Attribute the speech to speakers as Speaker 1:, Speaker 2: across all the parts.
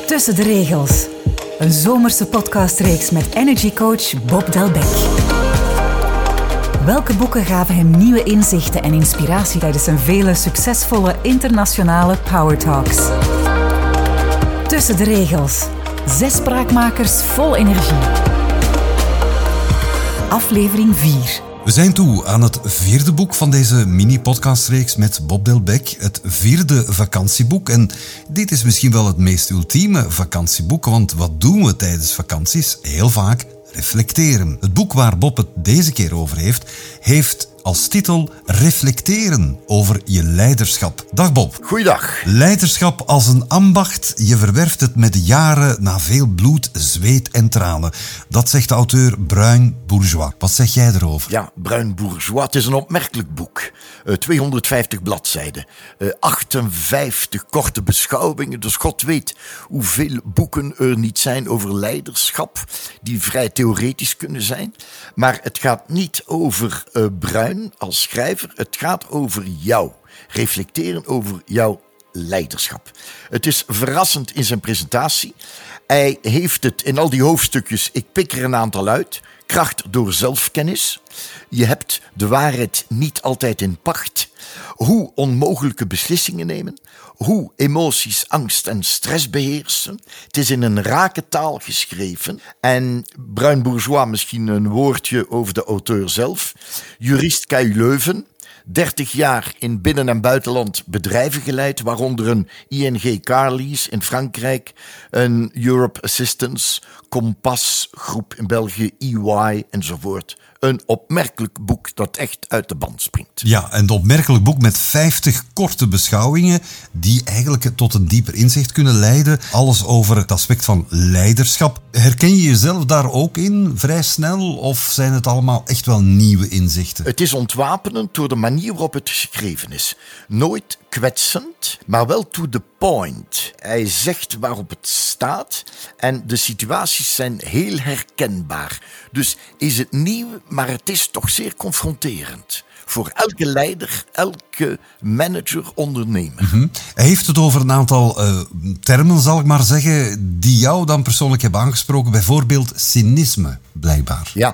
Speaker 1: Tussen de regels. Een zomerse podcastreeks met energiecoach Bob Delbecq. Welke boeken gaven hem nieuwe inzichten en inspiratie tijdens zijn vele succesvolle internationale Power Talks? Tussen de regels. 6 spraakmakers vol energie. Aflevering 4.
Speaker 2: We zijn toe aan het 4e boek van deze mini-podcastreeks met Bob Delbecq. Het 4e vakantieboek. En dit is misschien wel het meest ultieme vakantieboek, want wat doen we tijdens vakanties? Heel vaak reflecteren. Het boek waar Bob het deze keer over heeft als titel Reflecteren over je leiderschap. Dag Bob.
Speaker 3: Goeiedag.
Speaker 2: Leiderschap als een ambacht. Je verwerft het met de jaren na veel bloed, zweet en tranen. Dat zegt de auteur Bruin Bourgeois. Wat zeg jij erover?
Speaker 3: Ja, Bruin Bourgeois, het is een opmerkelijk boek. 250 bladzijden. 58 korte beschouwingen. Dus God weet hoeveel boeken er niet zijn over leiderschap, die vrij theoretisch kunnen zijn. Maar het gaat niet over Bruin als schrijver, het gaat over jou. Reflecteren over jouw leiderschap. Het is verrassend in zijn presentatie. Hij heeft het in al die hoofdstukjes, ik pik er een aantal uit. Kracht door zelfkennis. Je hebt de waarheid niet altijd in pacht. Hoe onmogelijke beslissingen nemen. Hoe emoties, angst en stress beheersen. Het is in een rake taal geschreven. En Bruin Bourgeois, misschien een woordje over de auteur zelf. Jurist KU Leuven. 30 jaar in binnen- en buitenland bedrijven geleid, waaronder een ING Carlease in Frankrijk, een Europe Assistance, Compass Groep in België, EY enzovoort. Een opmerkelijk boek dat echt uit de band springt.
Speaker 2: Ja, een opmerkelijk boek met 50 korte beschouwingen die eigenlijk tot een dieper inzicht kunnen leiden. Alles over het aspect van leiderschap. Herken je jezelf daar ook in vrij snel of zijn het allemaal echt wel nieuwe inzichten?
Speaker 3: Het is ontwapenend door de manier waarop het geschreven is. Nooit kwetsend, maar wel to the point. Hij zegt waarop het staat en de situaties zijn heel herkenbaar. Dus is het nieuw, maar het is toch zeer confronterend. Voor elke leider, elke manager, ondernemer.
Speaker 2: Hij heeft het over een aantal termen, zal ik maar zeggen, die jou dan persoonlijk hebben aangesproken. Bijvoorbeeld cynisme, blijkbaar.
Speaker 3: Ja,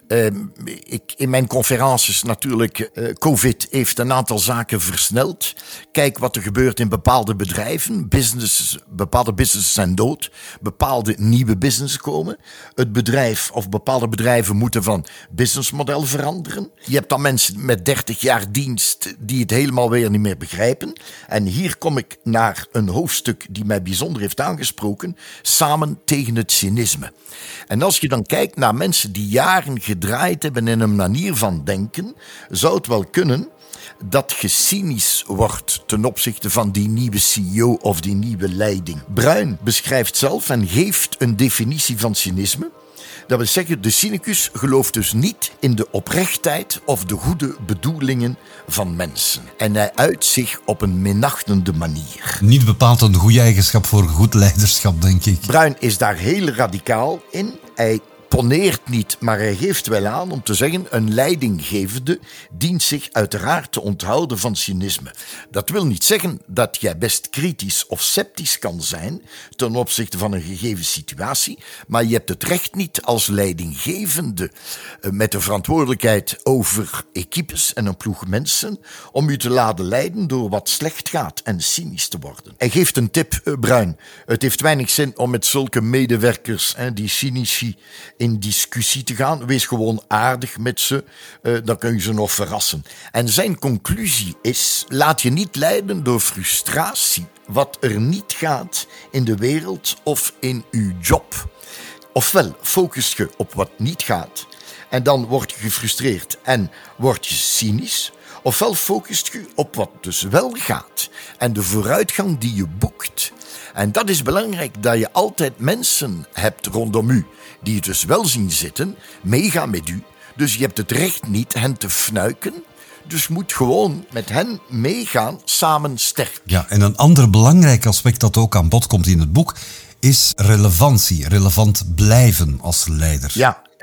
Speaker 3: in mijn conferences natuurlijk, COVID heeft een aantal zaken versneld. Kijk wat er gebeurt in bepaalde bedrijven. Bepaalde businesses zijn dood. Bepaalde nieuwe businesses komen. Het bedrijf of bepaalde bedrijven moeten van businessmodel veranderen. Je hebt dan mensen met 30 jaar dienst die het helemaal weer niet meer begrijpen. En hier kom ik naar een hoofdstuk die mij bijzonder heeft aangesproken. Samen tegen het cynisme. En als je dan kijkt naar mensen die jaren gedraaid hebben in een manier van denken, zou het wel kunnen dat je cynisch wordt ten opzichte van die nieuwe CEO of die nieuwe leiding. Bruin beschrijft zelf en geeft een definitie van cynisme. Dat wil zeggen, de cynicus gelooft dus niet in de oprechtheid of de goede bedoelingen van mensen. En hij uit zich op een minachtende manier.
Speaker 2: Niet bepaald een goede eigenschap voor goed leiderschap, denk ik.
Speaker 3: Bruin is daar heel radicaal in. Hij poneert niet, maar hij geeft wel aan om te zeggen, een leidinggevende dient zich uiteraard te onthouden van cynisme. Dat wil niet zeggen dat jij best kritisch of sceptisch kan zijn ten opzichte van een gegeven situatie, maar je hebt het recht niet als leidinggevende met de verantwoordelijkheid over equipes en een ploeg mensen om je te laten leiden door wat slecht gaat en cynisch te worden. Hij geeft een tip, Bruin. Het heeft weinig zin om met zulke medewerkers, die cynici, in discussie te gaan. Wees gewoon aardig met ze, dan kun je ze nog verrassen. En zijn conclusie is, laat je niet leiden door frustratie, wat er niet gaat in de wereld of in uw job. Ofwel focus je op wat niet gaat en dan word je gefrustreerd en word je cynisch. Ofwel focust je op wat dus wel gaat en de vooruitgang die je boekt. En dat is belangrijk, dat je altijd mensen hebt rondom u die het dus wel zien zitten, meegaan met u. Dus je hebt het recht niet hen te fnuiken. Dus moet gewoon met hen meegaan, samen sterk.
Speaker 2: Ja, en een ander belangrijk aspect dat ook aan bod komt in het boek is relevantie. Relevant blijven als leider.
Speaker 3: Ja,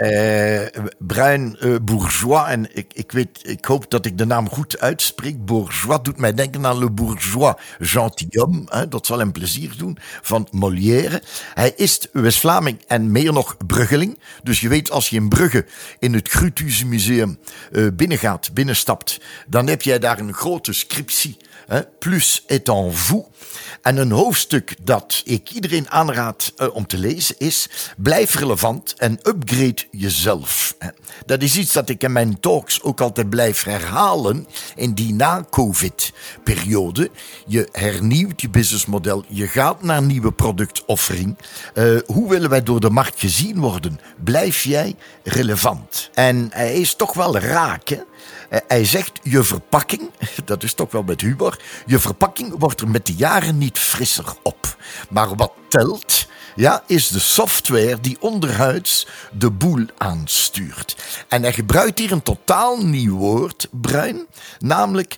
Speaker 3: Bruin Bourgeois, en ik hoop dat ik de naam goed uitspreek. Bourgeois doet mij denken aan Le Bourgeois Gentilhomme, dat zal hem plezier doen, van Molière. Hij is West-Vlaming en meer nog Bruggeling. Dus je weet, als je in Brugge in het Gruthuse Museum binnenstapt, dan heb jij daar een grote scriptie. Plus est en vous. En een hoofdstuk dat ik iedereen aanraad om te lezen is: blijf relevant en upgrade jezelf. Dat is iets dat ik in mijn talks ook altijd blijf herhalen in die na-COVID-periode. Je hernieuwt je businessmodel, je gaat naar nieuwe productoffering. Hoe willen wij door de markt gezien worden? Blijf jij relevant? En hij is toch wel raak, hè? Hij zegt, je verpakking, dat is toch wel met humor, je verpakking wordt er met de jaren niet frisser op. Maar wat telt, is de software die onderhuids de boel aanstuurt. En hij gebruikt hier een totaal nieuw woord, Bruin, namelijk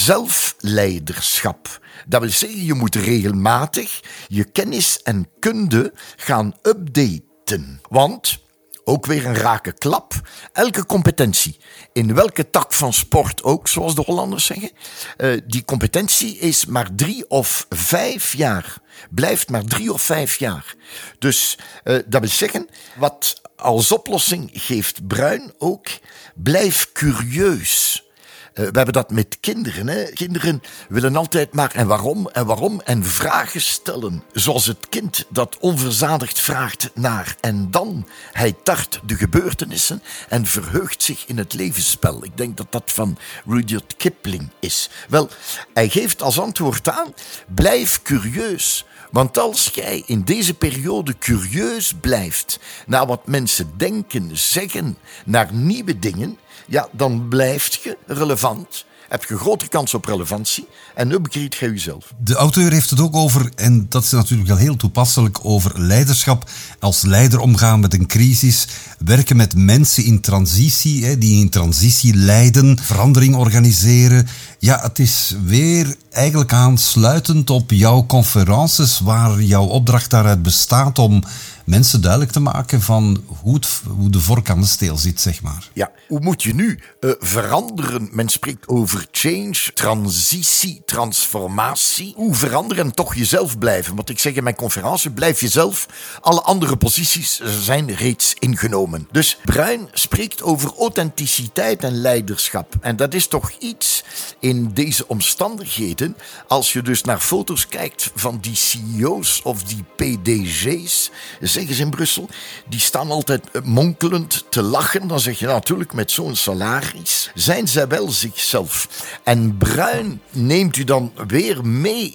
Speaker 3: zelfleiderschap. Dat wil zeggen, je moet regelmatig je kennis en kunde gaan updaten. Want, ook weer een rake klap, elke competentie, in welke tak van sport ook, zoals de Hollanders zeggen, die competentie is maar 3 of 5 jaar. Blijft maar 3 of 5 jaar. Dus dat wil zeggen, wat als oplossing geeft Bruin ook, blijf curieus. We hebben dat met kinderen. Hè? Kinderen willen altijd maar en waarom en vragen stellen. Zoals het kind dat onverzadigd vraagt naar en dan. Hij tart de gebeurtenissen en verheugt zich in het levensspel. Ik denk dat dat van Rudyard Kipling is. Wel, hij geeft als antwoord aan, blijf curieus. Want als jij in deze periode curieus blijft naar wat mensen denken, zeggen, naar nieuwe dingen, dan blijf je relevant. Heb je grotere kans op relevantie en upgrade je jezelf.
Speaker 2: De auteur heeft het ook over, en dat is natuurlijk wel heel toepasselijk, over leiderschap. Als leider omgaan met een crisis, werken met mensen in transitie, die in transitie leiden, verandering organiseren. Ja, het is weer eigenlijk aansluitend op jouw conferences, waar jouw opdracht daaruit bestaat om mensen duidelijk te maken van hoe de vork aan de steel zit, zeg maar.
Speaker 3: Ja, hoe moet je nu veranderen? Men spreekt over change, transitie, transformatie. Hoe veranderen en toch jezelf blijven? Want ik zeg in mijn conferentie, blijf jezelf. Alle andere posities zijn reeds ingenomen. Dus Bruin spreekt over authenticiteit en leiderschap. En dat is toch iets in deze omstandigheden, als je dus naar foto's kijkt van die CEO's of die PDG's, zeggen ze in Brussel, die staan altijd monkelend te lachen. Dan zeg je natuurlijk, met zo'n salaris zijn zij wel zichzelf. En Bruin neemt u dan weer mee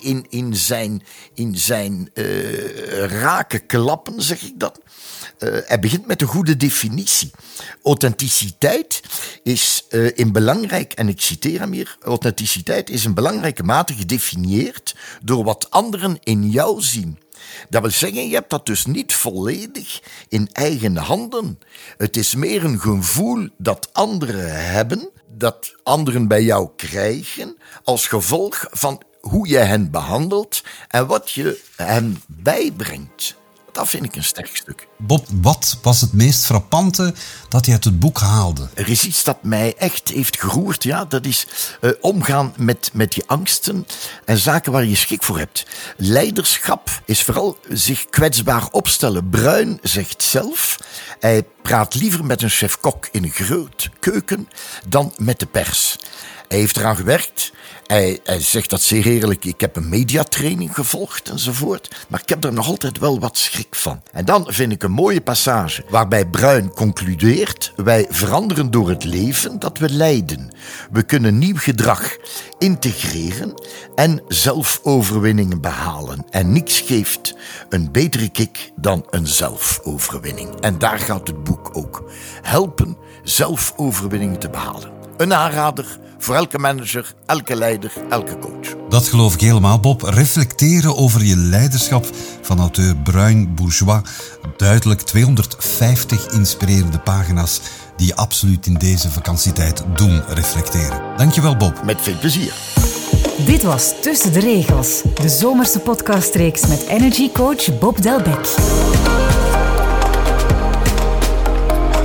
Speaker 3: in zijn rake klappen, zeg ik dat. Hij begint met een goede definitie. Authenticiteit is in belangrijk, en ik citeer hem hier, authenticiteit is in belangrijke mate gedefinieerd door wat anderen in jou zien. Dat wil zeggen, je hebt dat dus niet volledig in eigen handen. Het is meer een gevoel dat anderen hebben, dat anderen bij jou krijgen, als gevolg van hoe je hen behandelt en wat je hen bijbrengt. Dat vind ik een sterk stuk.
Speaker 2: Bob, wat was het meest frappante dat je uit het boek haalde?
Speaker 3: Er is iets dat mij echt heeft geroerd. Ja, dat is omgaan met je angsten en zaken waar je schik voor hebt. Leiderschap is vooral zich kwetsbaar opstellen. Bruin zegt zelf, hij praat liever met een chef-kok in een groot keuken dan met de pers. Hij heeft eraan gewerkt. Hij zegt dat zeer eerlijk, ik heb een mediatraining gevolgd enzovoort, maar ik heb er nog altijd wel wat schrik van. En dan vind ik een mooie passage waarbij Bruin concludeert, wij veranderen door het leven dat we leiden. We kunnen nieuw gedrag integreren en zelfoverwinningen behalen. En niks geeft een betere kick dan een zelfoverwinning. En daar gaat het boek ook. Helpen zelfoverwinningen te behalen. Een aanrader voor elke manager, elke leider, elke coach.
Speaker 2: Dat geloof ik helemaal, Bob. Reflecteren over je leiderschap van auteur Bruin Bourgeois. Duidelijk 250 inspirerende pagina's die je absoluut in deze vakantietijd doen reflecteren. Dankjewel, Bob.
Speaker 3: Met veel plezier.
Speaker 1: Dit was Tussen de Regels, de zomerse podcastreeks met energiecoach Bob Delbecq.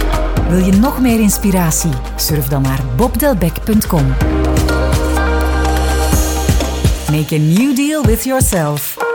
Speaker 1: Wil je nog meer inspiratie? Surf dan naar bobdelbecq.com. Make a new deal with yourself.